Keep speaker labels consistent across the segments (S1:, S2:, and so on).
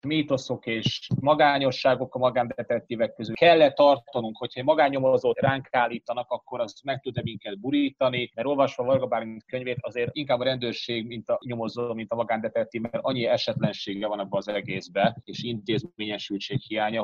S1: mítoszok és magányosságok a magándetektívek közül. Kell-e tartanunk, hogyha egy magánnyomozót ránk állítanak, akkor az meg tud-e minket burítani, mert olvasva Varga Bálint könyvét azért inkább a rendőrség, mint a nyomozó, mint a magándetektív, mert annyi esetlensége van abban az egészben, és intézményesültség hiánya.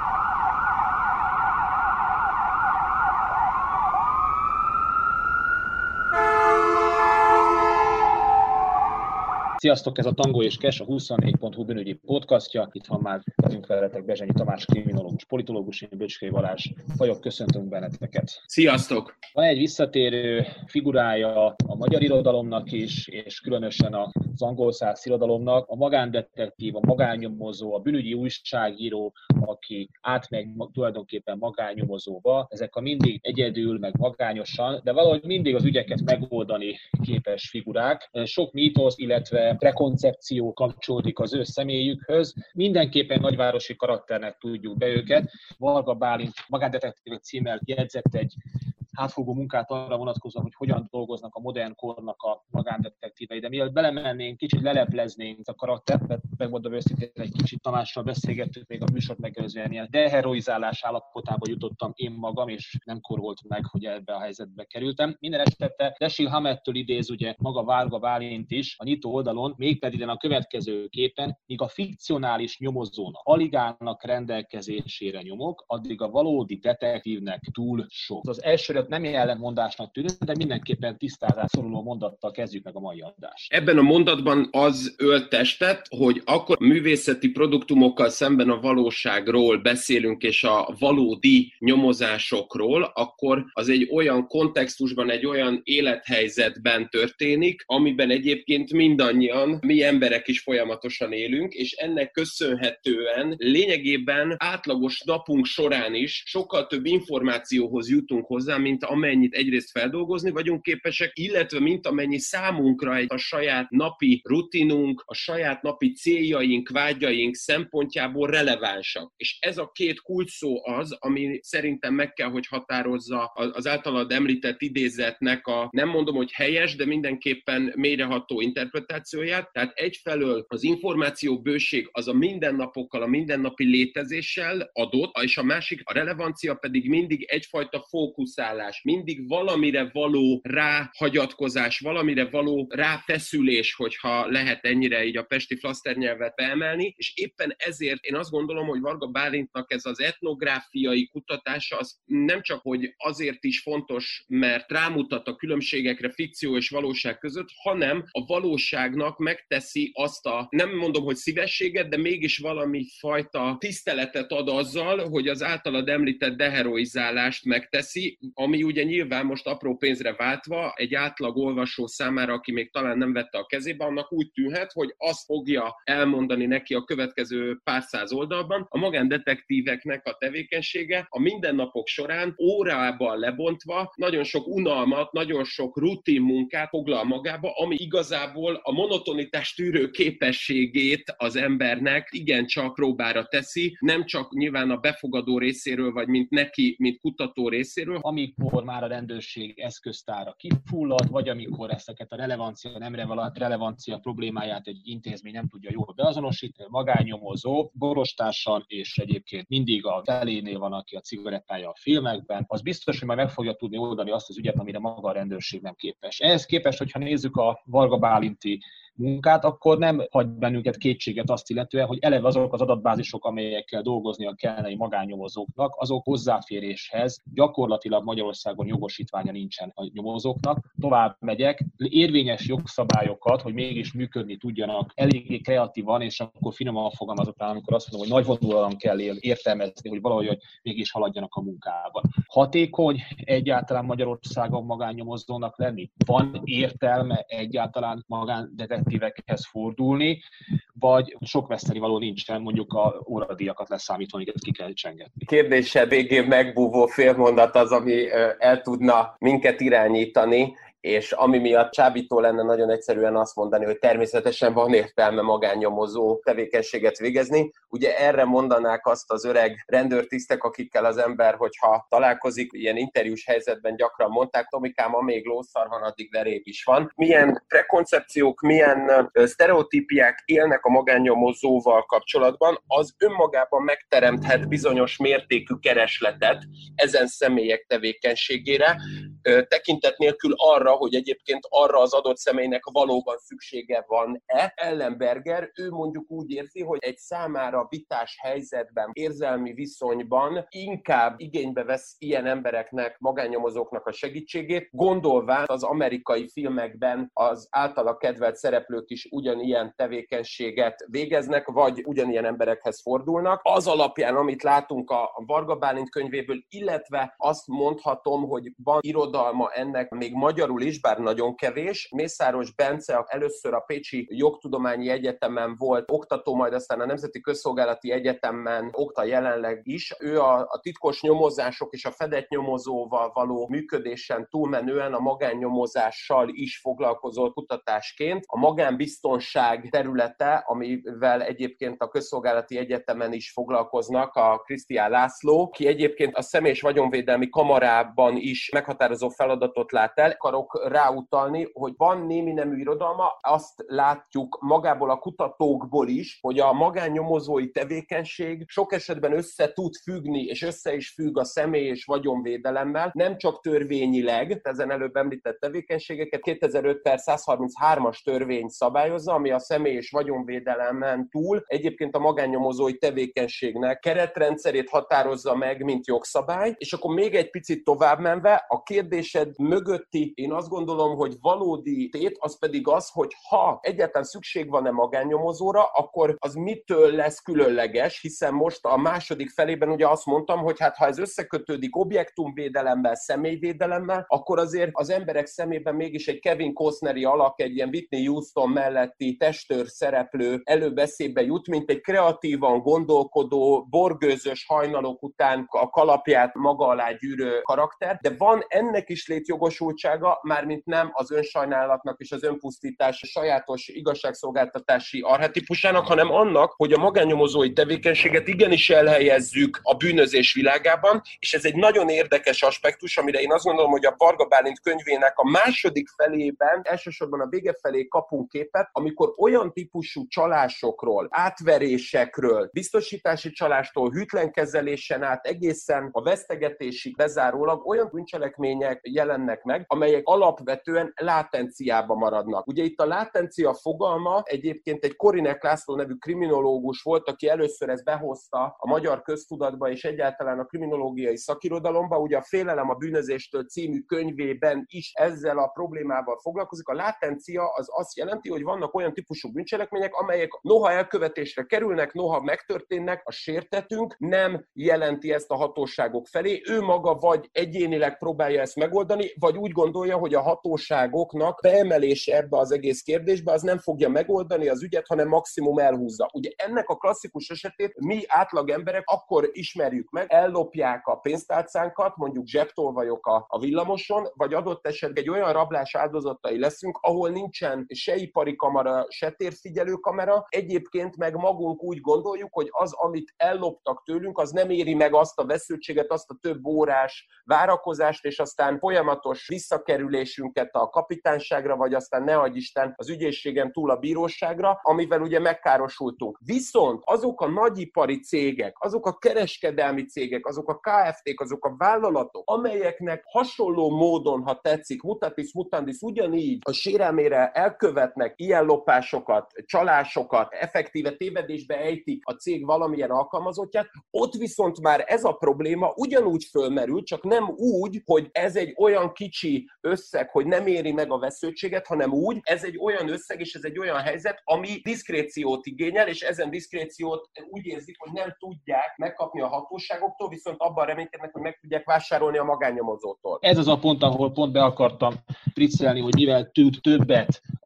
S1: Sziasztok, ez a Tango és Cash, a 24.hu bűnügyi podcastja. Itt van már velünk veletek Bezsenyi Tamás, kriminológus, politológus, én Böcskei Balázs vagyok, köszöntünk benneteket.
S2: Sziasztok!
S1: Van egy visszatérő figurája a magyar irodalomnak is, és különösen az angol száz irodalomnak, a magándetektív, a magánnyomozó, a bűnügyi újságíró, aki átmegy tulajdonképpen magánnyomozóba. Ezek a mindig egyedül, meg magányosan, de valahogy mindig az ügyeket megoldani képes figurák. Sok mítosz, illetve prekoncepció kapcsolódik az ő személyükhöz. Mindenképpen nagyvárosi karakternek tudjuk be őket. Varga Bálint magándetektívek címmel jegyzett egy átfogó munkát arra vonatkozóan, hogy hogyan dolgoznak a modern kornak a magándetektívei. De mielőtt belemennénk, kicsit lelepleznénk a karaktert, mert megmondom őszintén, egy kicsit Tamással beszélgettük még a műsort megelőzően, ilyen deheroizálás állapotába jutottam én magam, és nem korholt meg, hogy ebbe a helyzetbe kerültem. Minden esetre Dashiell Hammettől idéz ugye maga Varga Bálint is a nyitó oldalon, mégpedig a következő képen, míg a fikcionális nyomozónak alig állnak rendelkezésére nyomok, addig a valódi detektívnek túl sok. Az elsőre nem ellentmondásnak tűnik, de mindenképpen tisztázás szoruló mondattal kezdjük meg a mai adást.
S2: Ebben a mondatban az ölt testet, hogy akkor a művészeti produktumokkal szemben a valóságról beszélünk, és a valódi nyomozásokról, akkor az egy olyan kontextusban, egy olyan élethelyzetben történik, amiben egyébként mindannyian, mi emberek is folyamatosan élünk, és ennek köszönhetően lényegében átlagos napunk során is sokkal több információhoz jutunk hozzá, mint amennyit egyrészt feldolgozni vagyunk képesek, illetve mint amennyi számunkra a saját napi rutinunk, a saját napi céljaink, vágyaink szempontjából relevánsak. És ez a két kulcsszó az, ami szerintem meg kell, hogy határozza az általad említett idézetnek a, nem mondom, hogy helyes, de mindenképpen mélyreható interpretációját. Tehát egyfelől az információbőség az a mindennapokkal, a mindennapi létezéssel adott, és a másik, a relevancia pedig mindig egyfajta fókuszálás, mindig valamire való ráhagyatkozás, valamire való ráfeszülés, hogyha lehet ennyire így a pesti flaszternyelvet beemelni, és éppen ezért én azt gondolom, hogy Varga Bálintnak ez az etnográfiai kutatása az nem csak, hogy azért is fontos, mert rámutat a különbségekre fikció és valóság között, hanem a valóságnak megteszi azt a, nem mondom, hogy szívességet, de mégis valami fajta tiszteletet ad azzal, hogy az általad említett deheroizálást megteszi, ami ugye nyilván most apró pénzre váltva egy átlag olvasó számára, aki még talán nem vette a kezébe, annak úgy tűnhet, hogy azt fogja elmondani neki a következő pár száz oldalban. A magándetektíveknek a tevékenysége a mindennapok során órában lebontva nagyon sok unalmat, nagyon sok rutin munkát foglal magába, ami igazából a monotonitás tűrő képességét az embernek igencsak próbára teszi, nem csak nyilván a befogadó részéről, vagy mint kutató részéről.
S1: Amikor már a rendőrség eszköztára kifullad, vagy amikor ezeket a relevancia, nem relevancia problémáját egy intézmény nem tudja jól beazonosítani, magánnyomozó, borostársan, és egyébként mindig a felénél van, aki a cigarettája a filmekben, az biztos, hogy majd meg fogja tudni oldani azt az ügyet, amire maga a rendőrség nem képes. Ehhez képest, hogyha nézzük a Varga Bálinti munkát, akkor nem hagy bennünket kétséget azt illetően, hogy eleve azok az adatbázisok, amelyekkel dolgoznia kellene magánnyomozóknak, azok hozzáféréshez gyakorlatilag Magyarországon jogosítványa nincsen a nyomozóknak. Tovább megyek, érvényes jogszabályokat, hogy mégis működni tudjanak, eléggé kreatívan, és akkor finoman fogalmazok rá, amikor azt mondom, hogy nagyvonalúan kell értelmezni, hogy valahogy mégis haladjanak a munkában. Hatékony egyáltalán Magyarországon magánnyomozónak lenni? Van értelme egyáltalán magándetektívekhez fordulni, vagy sok vesztenivaló nincsen, mondjuk a óradíjakat leszámítva, amiket ki kell csengetni?
S3: Kérdéssel végén megbúvó félmondat az, ami el tudna minket irányítani.
S2: és ami miatt csábító lenne nagyon egyszerűen azt mondani, hogy természetesen van értelme magánnyomozó tevékenységet végezni. Ugye erre mondanák azt az öreg rendőrtisztek, akikkel az ember, hogyha találkozik, ilyen interjús helyzetben gyakran mondták, Tomikám, amíg lószarhan, addig veréb is van. Milyen prekoncepciók, milyen sztereotípiák élnek a magánnyomozóval kapcsolatban, az önmagában megteremthet bizonyos mértékű keresletet ezen személyek tevékenységére, tekintet nélkül arra, hogy egyébként arra az adott személynek valóban szüksége van-e. Ellenberger, ő mondjuk úgy érzi, hogy egy számára vitás helyzetben, érzelmi viszonyban inkább igénybe vesz ilyen embereknek, magánnyomozóknak a segítségét, gondolván az amerikai filmekben az általa kedvelt szereplők is ugyanilyen tevékenységet végeznek, vagy ugyanilyen emberekhez fordulnak. Az alapján, amit látunk a Varga Bálint könyvéből, illetve azt mondhatom, hogy van irodalma ennek még magyarul is, bár nagyon kevés. Mészáros Bence először a Pécsi Jogtudományi Egyetemen volt oktató, majd aztán a Nemzeti Közszolgálati Egyetemen oktat jelenleg is. Ő a titkos nyomozások és a fedett nyomozóval való működésen túlmenően a magánnyomozással is foglalkozott kutatásként. A magánbiztonság területe, amivel egyébként a Közszolgálati Egyetemen is foglalkoznak, a Krisztián László, ki egyébként a Személy- és Vagyonvédelmi Kamarában is meghatározó feladatot lát el. Akarok ráutalni, hogy van némi nemű irodalma, azt látjuk magából a kutatókból is, hogy a magánnyomozói tevékenység sok esetben össze tud függni, és össze is függ a személy- és vagyonvédelemmel, nem csak törvényileg, ezen előbb említett tevékenységeket 2005/133-as törvény szabályozza, ami a személy- és vagyonvédelemen túl egyébként a magánnyomozói tevékenységnek keretrendszerét határozza meg, mint jogszabály. És akkor még egy picit tovább menve, a kérdésed mögötti, én azt gondolom, hogy valódi tét, az pedig az, hogy ha egyáltalán szükség van-e magánnyomozóra, akkor az mitől lesz különleges, hiszen most a második felében ugye azt mondtam, hogy hát ha ez összekötődik objektumvédelemmel, személyvédelemmel, akkor azért az emberek szemében mégis egy Kevin Costneri alak, egy ilyen Whitney Houston melletti testőr szereplő előbb eszébe jut, mint egy kreatívan gondolkodó, borgőzös hajnalok után a kalapját maga alá gyűrő karakter, de van ennek is létjogosultsága, mármint nem az önsajnálatnak és az önpusztítás sajátos igazságszolgáltatási archetípusának, hanem annak, hogy a magánnyomozói tevékenységet igenis elhelyezzük a bűnözés világában, és ez egy nagyon érdekes aspektus, amire én azt gondolom, hogy a Varga Bálint könyvének a második felében, elsősorban a vége felé kapunk képet, amikor olyan típusú csalásokról, átverésekről, biztosítási csalástól, hűtlenkezelésen át egészen a vesztegetésig bezárólag olyan bűncselekmények jelennek meg, amelyek alapvetően látenciába maradnak. Ugye itt a látencia fogalma egyébként egy Korinek László nevű kriminológus volt, aki először ezt behozta a magyar köztudatba és egyáltalán a kriminológiai szakirodalomba. Ugye a Félelem a bűnözéstől című könyvében is ezzel a problémával foglalkozik. A látencia az azt jelenti, hogy vannak olyan típusú bűncselekmények, amelyek noha elkövetésre kerülnek, noha megtörténnek, a sértetünk nem jelenti ezt a hatóságok felé. Ő maga vagy egyénileg próbálja ezt megoldani, vagy úgy gondolja, hogy a hatóságoknak beemelése ebbe az egész kérdésbe az nem fogja megoldani az ügyet, hanem maximum elhúzza. Ugye ennek a klasszikus esetét mi átlag emberek akkor ismerjük meg, ellopják a pénztárcánkat, mondjuk zsebtolvajok a villamoson, vagy adott esetben egy olyan rablás áldozatai leszünk, ahol nincsen se ipari kamera, se térfigyelő kamera, egyébként meg magunk úgy gondoljuk, hogy az, amit elloptak tőlünk, az nem éri meg azt a veszültséget, azt a több órás várakozást, és aztán folyamatos visszakerülésünket a kapitányságra, vagy aztán ne adj Isten az ügyészségen túl a bíróságra, amivel ugye megkárosultunk. Viszont azok a nagyipari cégek, azok a kereskedelmi cégek, azok a KFT-k, azok a vállalatok, amelyeknek hasonló módon, ha tetszik, mutatis mutandis ugyanígy a sérelmére elkövetnek ilyen lopásokat, csalásokat, effektíve tévedésbe ejtik a cég valamilyen alkalmazottját, ott viszont már ez a probléma ugyanúgy fölmerül, csak nem úgy, hogy ez egy olyan kicsi összeg, hogy nem éri meg a veszőtséget, hanem úgy, ez egy olyan összeg és ez egy olyan helyzet, ami diszkréciót igényel, és ezen diszkréciót úgy érzik, hogy nem tudják megkapni a hatóságoktól, viszont abban reménykednek, hogy meg tudják vásárolni a magánnyomozótól.
S1: Ez az a pont, ahol pont be akartam priccelni, hogy mivel tud többet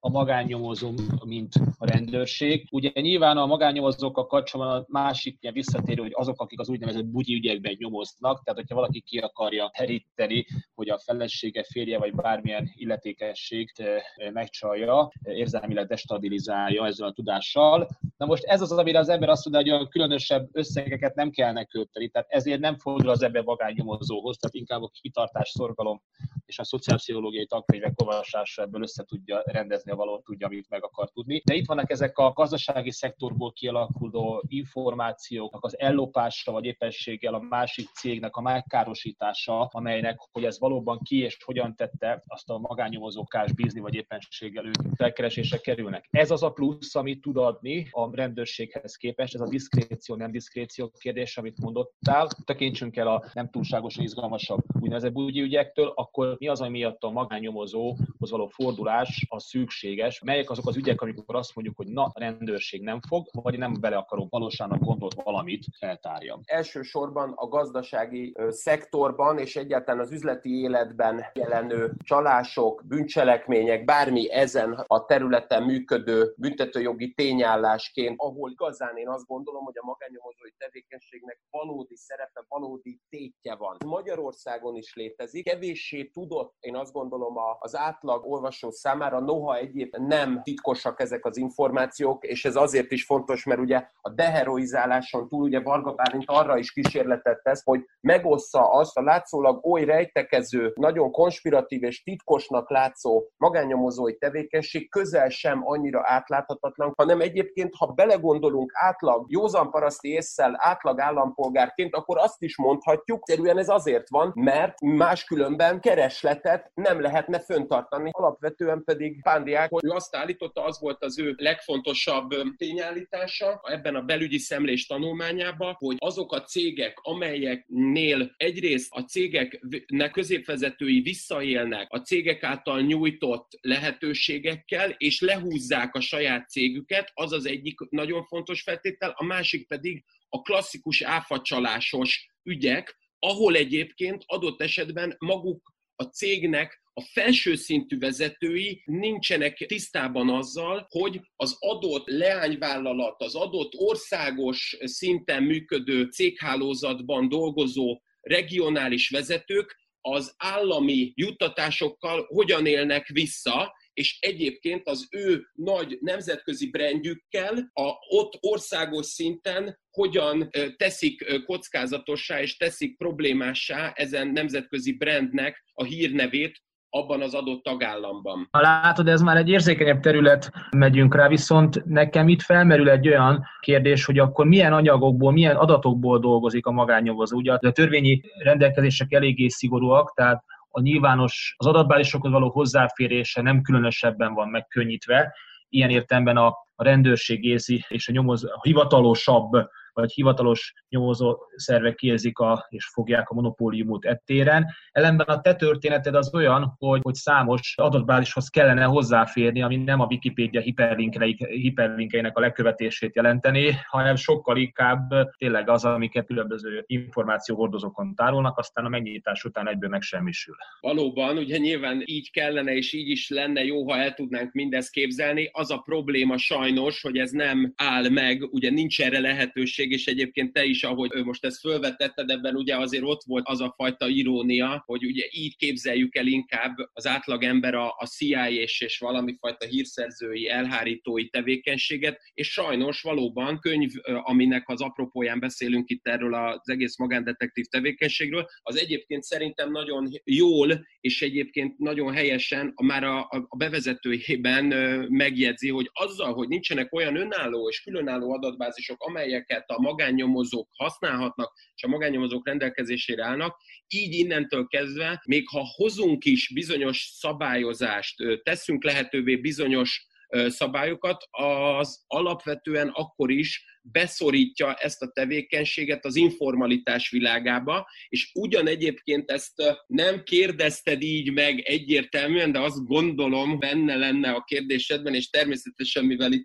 S1: a magánnyomozó, mint a rendőrség. Ugye nyilván a magánnyomozókkal kapcsolatban a másik ilyen visszatérő, hogy azok, akik az úgynevezett bugyi ügyekben nyomoznak, tehát hogyha valaki ki akarja teríteni, hogy a felesége, férje vagy bármilyen illetékességet megcsalja, érzelmileg destabilizálja ezzel a tudással. Na most ez az, amire az ember azt mondja, hogy olyan különösebb összegeket nem kellene költeni, tehát ezért nem fordul az ember magánnyomozóhoz, tehát inkább a kitartás, szorgalom és a szociálpszichológiai tankönyvek olvasása ebből össze tudja rendezni a valót, tudja, amit meg akar tudni. De itt vannak ezek a gazdasági szektorból kialakuló információknak az ellopása, vagy éppenséggel a másik cégnek a megkárosítása, amelynek, hogy ez valóban ki és hogyan tette, azt a magánnyomozókás bízni, vagy éppenséggel ők felkeresésre kerülnek. Ez az a plusz, amit tud adni a rendőrséghez képest, ez a diszkréció, nem diszkréció kérdés, amit mondottál. Tekintsünk el a nem túlságosan izgalmasabb úgynevezett bugyi ügyektől, akkor mi az, ami miatt a magánnyomozóhoz való fordulás az szükséges? Melyek azok az ügyek, amikor azt mondjuk, hogy na, a rendőrség nem fog, vagy nem bele akarok valósának gondolt valamit feltárjam?
S2: Elsősorban a gazdasági szektorban és egyáltalán az üzleti életben jelenő csalások, bűncselekmények, bármi ezen a területen működő büntetőjogi tényállásként, ahol igazán én azt gondolom, hogy a magánnyomozói tevékenységnek valódi szerepe, valódi tétje van. Magyarországon is létezik, kevéssé tudott, én azt gondolom, az átlag olvasó számára, noha egyébként nem titkosak ezek az információk, és ez azért is fontos, mert ugye a deheroizáláson túl ugye Varga Bálint arra is kísérletet tesz, hogy megossza azt a látszólag oly rejtekező, nagyon konspiratív és titkosnak látszó magánnyomozói tevékenység közel sem annyira átláthatatlan, hanem egyébként, ha belegondolunk átlag józanparaszti ésszel, átlag állampolgárként, akkor azt is mondhatjuk, szerűen ez azért van, mert máskülönben keresletet nem lehetne föntartani. Alapvetően pedig Pándiák, hogy ő azt állította, az volt az ő legfontosabb tényállítása ebben a belügyi szemlés tanulmányában, hogy azok a cégek, amelyeknél egyrészt a cégeknek középvezetői visszaélnek a cégek által nyújtott lehetőségekkel, és lehúzzák a saját cégüket, az az egyik nagyon fontos feltétel, a másik pedig a klasszikus áfacsalásos ügyek, ahol egyébként adott esetben maguk a cégnek a felső szintű vezetői nincsenek tisztában azzal, hogy az adott leányvállalat, az adott országos szinten működő céghálózatban dolgozó regionális vezetők az állami juttatásokkal hogyan élnek vissza, és egyébként az ő nagy nemzetközi brandjükkel ott országos szinten hogyan teszik kockázatossá és teszik problémássá ezen nemzetközi brandnek a hírnevét abban az adott tagállamban.
S1: Látod, ez már egy érzékenyebb terület, megyünk rá, viszont nekem itt felmerül egy olyan kérdés, hogy akkor milyen anyagokból, milyen adatokból dolgozik a magánnyomozó. Ugye a törvényi rendelkezések eléggé szigorúak, tehát a nyilvános, az adatbázisokhoz való hozzáférése nem különösebben van megkönnyítve. Ilyen értelemben a rendőrség érzi, és a hivatalosabb, vagy hivatalos nyomozó szervek érzik és fogják a monopóliumot ettéren. Ellenben a te történeted az olyan, hogy számos adatbázishoz kellene hozzáférni, ami nem a Wikipédia hiperlinkeinek a lekövetését jelenteni, hanem sokkal inkább tényleg az, amiket különböző információhordozókon tárolnak, aztán a megnyitás után egyből megsemmisül.
S2: Valóban, ugye nyilván így kellene, és így is lenne jó, ha el tudnánk mindezt képzelni. Az a probléma sajnos, hogy ez nem áll meg, ugye nincs erre lehetőség, és egyébként te is, ahogy most ezt fölvetetted, ebben ugye azért ott volt az a fajta irónia, hogy ugye így képzeljük el inkább az átlagember a CIA és valami fajta hírszerzői, elhárítói tevékenységet, és sajnos valóban könyv, aminek az apropóján beszélünk itt erről az egész magándetektív tevékenységről, az egyébként szerintem nagyon jól, és egyébként nagyon helyesen már a bevezetőjében megjegyzi, hogy azzal, hogy nincsenek olyan önálló és különálló adatbázisok, amelyeket a magánnyomozók használhatnak, és a magánnyomozók rendelkezésére állnak, így innentől kezdve, még ha hozunk is bizonyos szabályozást, teszünk lehetővé bizonyos szabályokat, az alapvetően akkor is beszorítja ezt a tevékenységet az informalitás világába, és ugyan egyébként ezt nem kérdezted így meg egyértelműen, de azt gondolom benne lenne a kérdésedben, és természetesen, mivel itt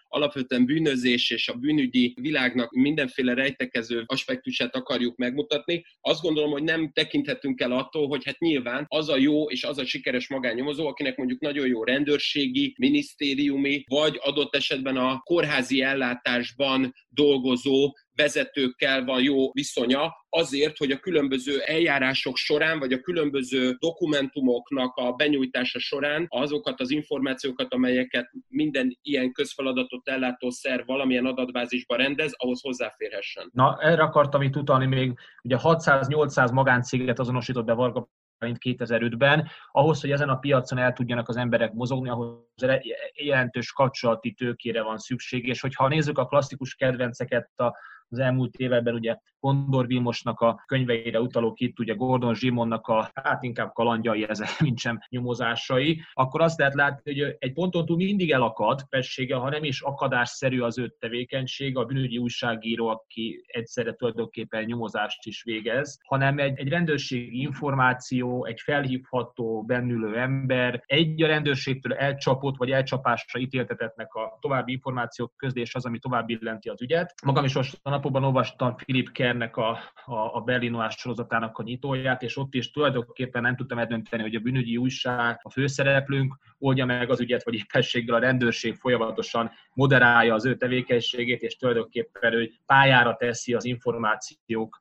S2: alapvetően bűnözés és a bűnügyi világnak mindenféle rejtekező aspektusát akarjuk megmutatni. Azt gondolom, hogy nem tekinthetünk el attól, hogy hát nyilván az a jó és az a sikeres magánnyomozó, akinek mondjuk nagyon jó rendőrségi, minisztériumi, vagy adott esetben a kórházi ellátásban dolgozó vezetőkkel van jó viszonya, azért, hogy a különböző eljárások során, vagy a különböző dokumentumoknak a benyújtása során azokat az információkat, amelyeket minden ilyen közfeladatot ellátó szerv valamilyen adatbázisba rendez, ahhoz hozzáférhessen.
S1: Na, erre akartam itt utalni még, ugye 600-800 magáncéget azonosított be Varga Bálint 2005-ben, ahhoz, hogy ezen a piacon el tudjanak az emberek mozogni, ahhoz jelentős kapcsolati tőkére van szükség, és hogyha nézzük a klasszikus kedvenceket az elmúlt években, ugye Kondor Vilmosnak a könyveire utalok itt, ugye Gordon Zsimonnak a inkább kalandjai, ezek mintsem nyomozásai, akkor azt lehet látni, hogy egy ponton túl mindig elakad pessége, ha nem is akadásszerű az ő tevékenysége, a bűnügyi újságíró, aki egyszerre tulajdonképpen nyomozást is végez, hanem egy rendőrségi információ, egy felhívható, bennülő ember, egy a rendőrségtől elcsapott vagy elcsapásra ítéltetettnek a további információk közlés az, ami tovább illenti az ügyet. Magam is most a napokban olvastam Philip Kerrnek a Berlin Noir sorozatának a nyitóját, és ott is tulajdonképpen nem tudtam eldönteni, hogy a bűnügyi újság, a főszereplőnk oldja meg az ügyet, vagy éppességgel a rendőrség folyamatosan moderálja az ő tevékenységét, és tulajdonképpen ő pályára teszi az információk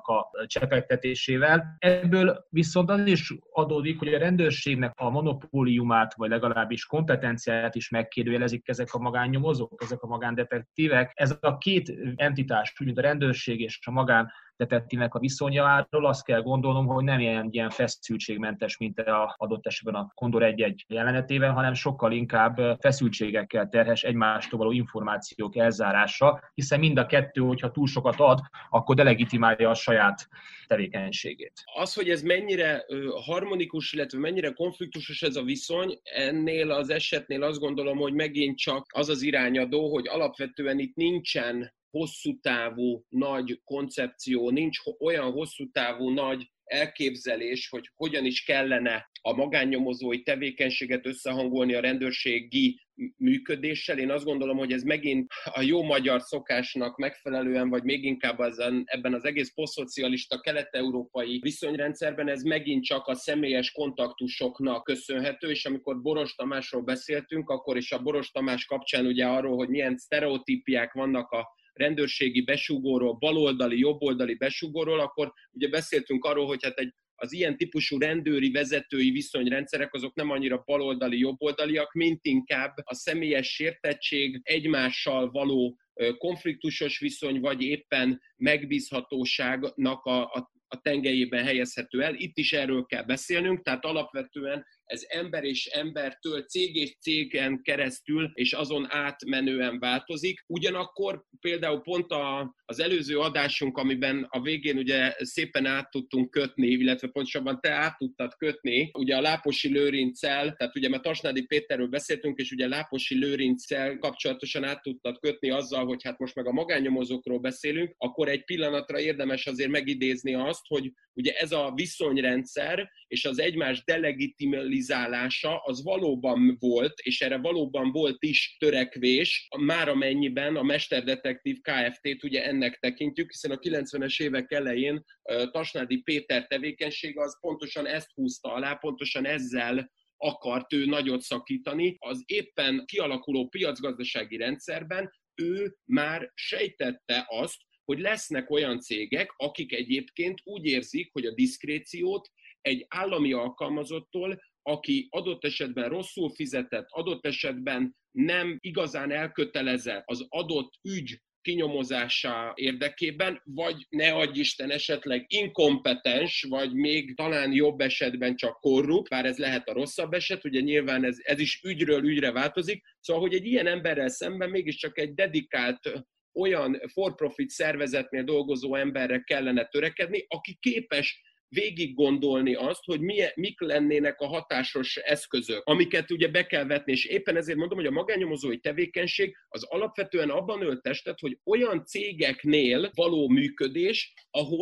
S1: a csepegtetésével. Ebből viszont az is adódik, hogy a rendőrségnek a monopóliumát, vagy legalábbis kompetenciáját is megkérdőjelezik ezek a magánnyomozók, ezek a magándetektívek. Ez a két entitás, mint a rendőrség és a magándetektívnek a viszonyáról azt kell gondolnom, hogy nem ilyen feszültségmentes, mint adott esetben a Kondor 1-1 jelenetében, hanem sokkal inkább feszültségekkel terhes egymástól való információk elzárása, hiszen mind a kettő, hogyha túl sokat ad, akkor delegitimálja a saját tevékenységét.
S2: Az, hogy ez mennyire harmonikus, illetve mennyire konfliktusos ez a viszony, ennél az esetnél azt gondolom, hogy megint csak az az irányadó, hogy alapvetően itt nincsen hosszú távú nagy koncepció, nincs olyan hosszú távú nagy elképzelés, hogy hogyan is kellene a magánnyomozói tevékenységet összehangolni a rendőrségi működéssel. Én azt gondolom, hogy ez megint a jó magyar szokásnak megfelelően, vagy még inkább ebben az egész posztszocialista kelet-európai viszonyrendszerben ez megint csak a személyes kontaktusoknak köszönhető, és amikor Boros Tamásról beszéltünk, akkor is a Boros Tamás kapcsán ugye arról, hogy milyen sztereotípiák vannak a rendőrségi besúgóról, baloldali, jobboldali besúgóról, akkor ugye beszéltünk arról, hogy hát az ilyen típusú rendőri vezetői viszonyrendszerek azok nem annyira baloldali, jobboldaliak, mint inkább a személyes sértettség, egymással való konfliktusos viszony, vagy éppen megbízhatóságnak a tengelyében helyezhető el. Itt is erről kell beszélnünk, tehát alapvetően ez ember és embertől, cég és cégen keresztül és azon átmenően változik. Ugyanakkor például pont az előző adásunk, amiben a végén ugye szépen át tudtunk kötni, illetve pontosabban te át tudtad kötni, ugye a Láposi Lőrinccel, tehát ugye mert Tasnádi Péterről beszéltünk, és ugye Láposi Lőrinccel kapcsolatosan át tudtad kötni azzal, hogy hát most meg a magánnyomozókról beszélünk, akkor egy pillanatra érdemes azért megidézni azt, hogy ugye ez a viszonyrendszer és az egymás delegitimizálása az valóban volt, és erre valóban volt is törekvés, már amennyiben a Mesterdetektív Kft-t ugye ennek tekintjük, hiszen a 90-es évek elején Tasnádi Péter tevékenysége az pontosan ezt húzta alá, pontosan ezzel akart ő nagyot szakítani. Az éppen kialakuló piacgazdasági rendszerben ő már sejtette azt, hogy lesznek olyan cégek, akik egyébként úgy érzik, hogy a diszkréciót egy állami alkalmazottól, aki adott esetben rosszul fizetett, adott esetben nem igazán elkötelezett az adott ügy kinyomozása érdekében, vagy ne adj Isten esetleg inkompetens, vagy még talán jobb esetben csak korrupt, bár ez lehet a rosszabb eset, ugye nyilván ez is ügyről ügyre változik, szóval, hogy egy ilyen emberrel szemben mégiscsak egy dedikált olyan for-profit szervezetnél dolgozó emberre kellene törekedni, aki képes végig gondolni azt, hogy mik lennének a hatásos eszközök, amiket ugye be kell vetni, és éppen ezért mondom, hogy a magánnyomozói tevékenység az alapvetően abban ölt testet, hogy olyan cégeknél való működés, ahol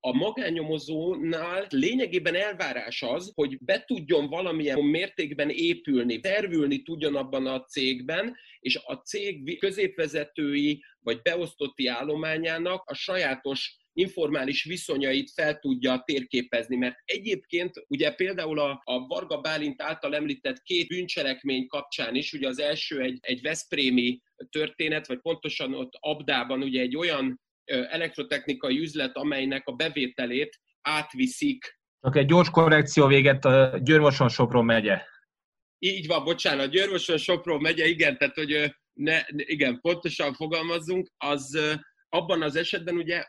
S2: a magánnyomozónál lényegében elvárás az, hogy be tudjon valamilyen mértékben épülni, tervülni tudjon abban a cégben, és a cég középvezetői vagy beosztotti állományának a sajátos informális viszonyait fel tudja térképezni, mert egyébként ugye például a Varga Bálint által említett 2 bűncselekmény kapcsán is, ugye az első egy veszprémi történet, vagy pontosan ott Abdában ugye egy olyan elektrotechnikai üzlet, amelynek a bevételét átviszik.
S1: Csak egy gyors korrekció véget, a Győr-Moson-Sopron megye.
S2: Így van, bocsánat, Győr-Moson-Sopron megye, igen, tehát hogy igen, pontosan fogalmazzunk, az abban az esetben ugye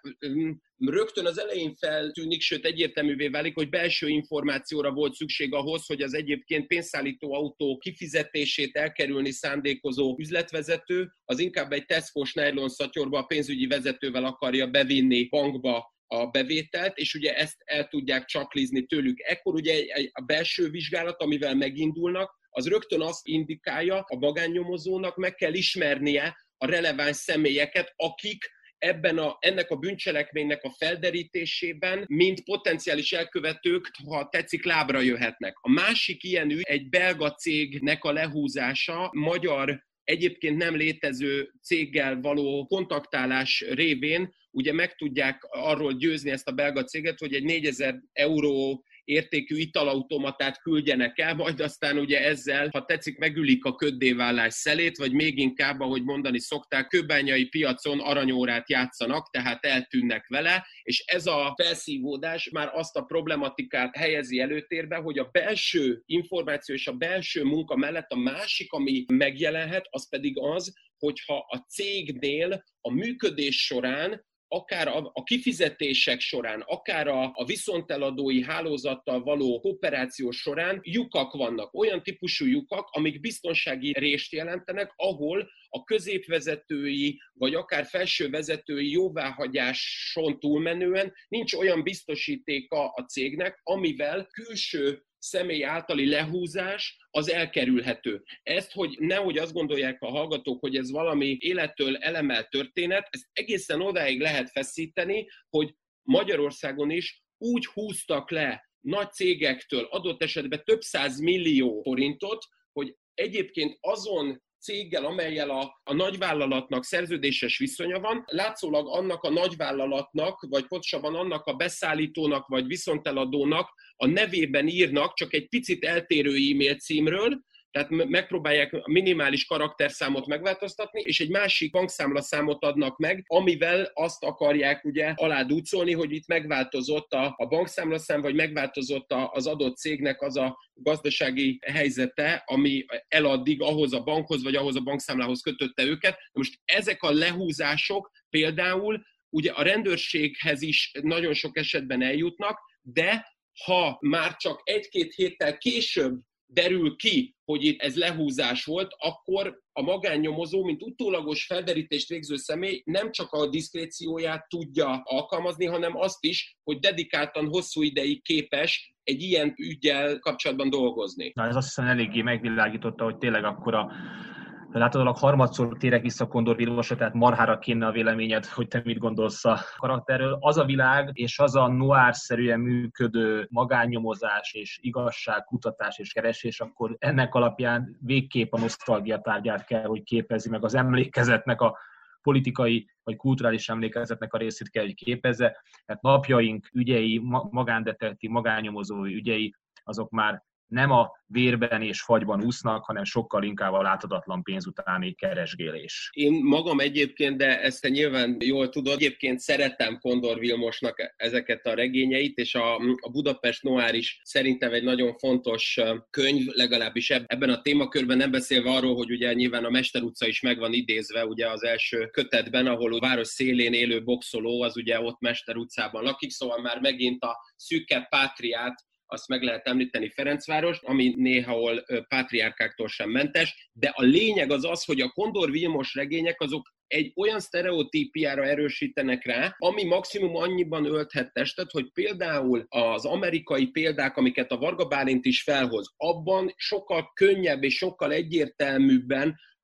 S2: rögtön az elején feltűnik, sőt egyértelművé válik, hogy belső információra volt szükség ahhoz, hogy az egyébként pénzszállító autó kifizetését elkerülni szándékozó üzletvezető, az inkább egy Tesco-s nejlonszatyorba a pénzügyi vezetővel akarja bevinni bankba a bevételt, és ugye ezt el tudják csaklizni tőlük. Ekkor ugye a belső vizsgálat, amivel megindulnak, az rögtön azt indikálja, a magánnyomozónak meg kell ismernie a releváns személyeket, akik ennek a bűncselekménynek a felderítésében, mint potenciális elkövetők, ha tetszik, lábra jöhetnek. A másik ilyen ügy egy belga cégnek a lehúzása, magyar, egyébként nem létező céggel való kontaktálás révén, ugye meg tudják arról győzni ezt a belga céget, hogy egy 4000 euró értékű italautomatát küldjenek el, majd aztán ugye ezzel, ha tetszik, megülik a köddévállás szelét, vagy még inkább, ahogy mondani szokták, kőbányai piacon aranyórát játszanak, tehát eltűnnek vele, és ez a felszívódás már azt a problematikát helyezi előtérbe, hogy a belső információ és a belső munka mellett a másik, ami megjelenhet, az pedig az, hogyha a cégnél a működés során, akár a kifizetések során, akár a viszonteladói hálózattal való kooperáció során lyukak vannak, olyan típusú lyukak, amik biztonsági rést jelentenek, ahol a középvezetői, vagy akár felsővezetői jóváhagyáson túlmenően nincs olyan biztosítéka a cégnek, amivel külső személy általi lehúzás az elkerülhető. Ezt, hogy nehogy azt gondolják a hallgatók, hogy ez valami élettől elemelt történet, ezt egészen odáig lehet feszíteni, hogy Magyarországon is úgy húztak le nagy cégektől adott esetben több 100 millió forintot, hogy egyébként azon céggel, amellyel a nagyvállalatnak szerződéses viszonya van, látszólag annak a nagyvállalatnak, vagy pontosabban annak a beszállítónak, vagy viszonteladónak a nevében írnak, csak egy picit eltérő e-mail címről, tehát megpróbálják a minimális karakterszámot megváltoztatni, és egy másik bankszámlaszámot adnak meg, amivel azt akarják ugye aládúcolni, hogy itt megváltozott a bankszámlaszám, vagy megváltozott az adott cégnek az a gazdasági helyzete, ami eladdig ahhoz a bankhoz, vagy ahhoz a bankszámlához kötötte őket. Most ezek a lehúzások például ugye a rendőrséghez is nagyon sok esetben eljutnak, de ha már csak 1-2 héttel később derül ki, hogy itt ez lehúzás volt, akkor a magánnyomozó, mint utólagos felderítést végző személy nem csak a diszkrécióját tudja alkalmazni, hanem azt is, hogy dedikáltan hosszú ideig képes egy ilyen üggyel kapcsolatban dolgozni.
S1: Na, ez azt hiszem eléggé megvilágította, hogy tényleg akkora láthatólag harmadszor térek vissza Kondor Vilmosra, tehát marhára kéne a véleményed, hogy te mit gondolsz a karakterről. Az a világ és az a noir-szerűen működő magánnyomozás és igazságkutatás és keresés, akkor ennek alapján végképp a nosztalgia tárgyát kell, hogy képezi, meg az emlékezetnek a politikai vagy kulturális emlékezetnek a részét kell, hogy képezze. Tehát napjaink ügyei, magándetektív, magánnyomozói ügyei, azok már nem a vérben és fagyban úsznak, hanem sokkal inkább a láthatatlan pénz utáni keresgélés.
S2: Én magam egyébként, de ezt te nyilván jól tudod, egyébként szeretem Kondor Vilmosnak ezeket a regényeit, és a Budapest Noir is szerintem egy nagyon fontos könyv, legalábbis ebben a témakörben, nem beszélve arról, hogy ugye nyilván a Mester utca is meg van idézve, ugye az első kötetben, ahol a város szélén élő boxoló, az ugye ott Mester utcában lakik, szóval már megint a szűkebb pátriát, azt meg lehet említeni Ferencváros, ami néhol pátriárkáktól sem mentes, de a lényeg az, hogy a Kondor Vilmos regények azok egy olyan sztereotípiára erősítenek rá, ami maximum annyiban ölthet testet, hogy például az amerikai példák, amiket a Varga Bálint is felhoz, abban sokkal könnyebb és sokkal egyértelműbben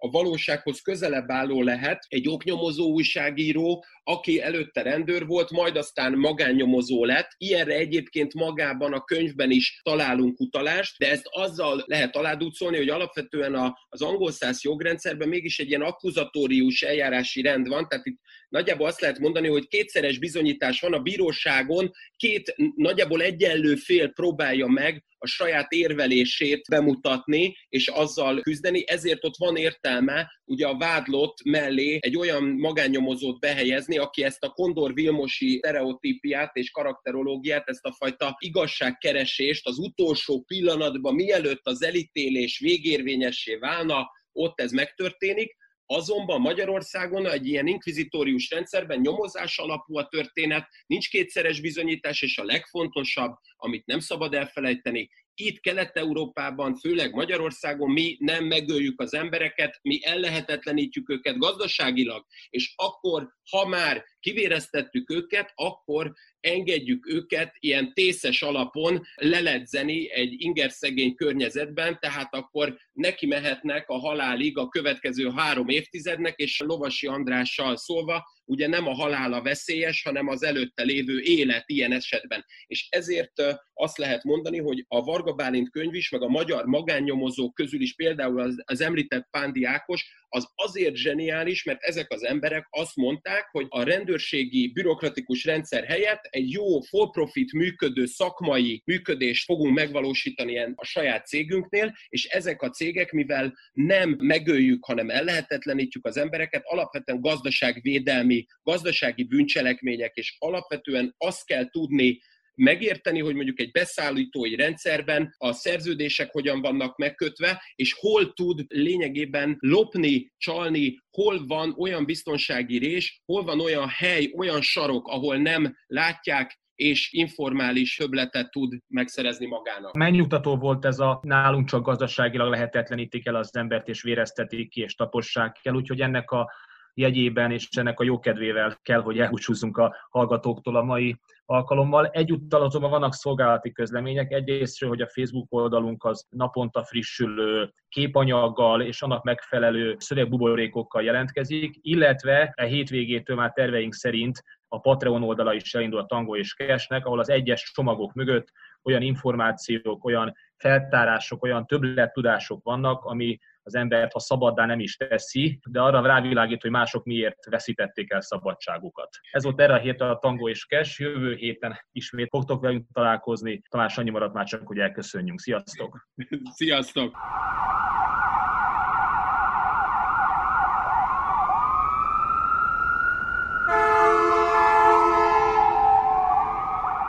S2: a valósághoz közelebb álló lehet egy oknyomozó újságíró, aki előtte rendőr volt, majd aztán magánnyomozó lett. Ilyenre egyébként magában a könyvben is találunk utalást, de ezt azzal lehet aládúcolni, hogy alapvetően az angolszász jogrendszerben mégis egy ilyen akkuzatórius eljárási rend van, tehát itt nagyjából azt lehet mondani, hogy kétszeres bizonyítás van a bíróságon, két nagyjából egyenlő fél próbálja meg a saját érvelését bemutatni, és azzal küzdeni, ezért ott van értelme ugye a vádlott mellé egy olyan magánnyomozót behelyezni, aki ezt a Kondor-Vilmosi sztereotípiát és karakterológiát, ezt a fajta igazságkeresést az utolsó pillanatban, mielőtt az elítélés végérvényessé válna, ott ez megtörténik. Azonban Magyarországon egy ilyen inkvizitórius rendszerben nyomozás alapú a történet, nincs kétszeres bizonyítás, és a legfontosabb, amit nem szabad elfelejteni, itt Kelet-Európában, főleg Magyarországon mi nem megöljük az embereket, mi ellehetetlenítjük őket gazdaságilag, és akkor, ha már kivéreztettük őket, akkor engedjük őket ilyen tészes alapon leledzeni egy ingerszegény környezetben, tehát akkor neki mehetnek a halálig a következő 3 évtizednek, és Lovasi Andrással szólva, ugye nem a halál a veszélyes, hanem az előtte lévő élet ilyen esetben. És ezért azt lehet mondani, hogy a Varga Bálint könyv is, meg a magyar magánnyomozók közül is például az említett Pándi Ákos, az azért zseniális, mert ezek az emberek azt mondták, hogy a rendőrségi bürokratikus rendszer helyett egy jó for-profit működő szakmai működést fogunk megvalósítani a saját cégünknél, és ezek a cégek, mivel nem megöljük, hanem ellehetetlenítjük az embereket, alapvetően gazdaságvédelmi, gazdasági bűncselekmények, és alapvetően azt kell tudni megérteni, hogy mondjuk egy beszállítói rendszerben a szerződések hogyan vannak megkötve, és hol tud lényegében lopni, csalni, hol van olyan biztonsági rés, hol van olyan hely, olyan sarok, ahol nem látják, és informális többletet tud megszerezni magának.
S1: Megnyugtató volt ez a nálunk csak gazdaságilag lehetetlenítik el az embert, és véreztetik ki, és tapossák el, úgyhogy ennek a jegyében és ennek a jókedvével kell, hogy elbúcsúzzunk a hallgatóktól a mai alkalommal. Egyúttal azonban vannak szolgálati közlemények. Egyrésztről, hogy a Facebook oldalunk az naponta frissülő képanyaggal és annak megfelelő szövegbuborékokkal jelentkezik, illetve a hétvégétől már terveink szerint a Patreon oldala is elindul a Tango és Cash-nek, ahol az egyes csomagok mögött olyan információk, olyan feltárások, olyan többlettudások vannak, ami az embert, ha szabaddá nem is teszi, de arra rávilágít, hogy mások miért veszítették el szabadságukat. Ez volt erre a héten a Tango és Cash, jövő héten ismét fogtok velünk találkozni. Tamás, annyi maradt már csak, hogy elköszönjünk. Sziasztok!
S2: Sziasztok!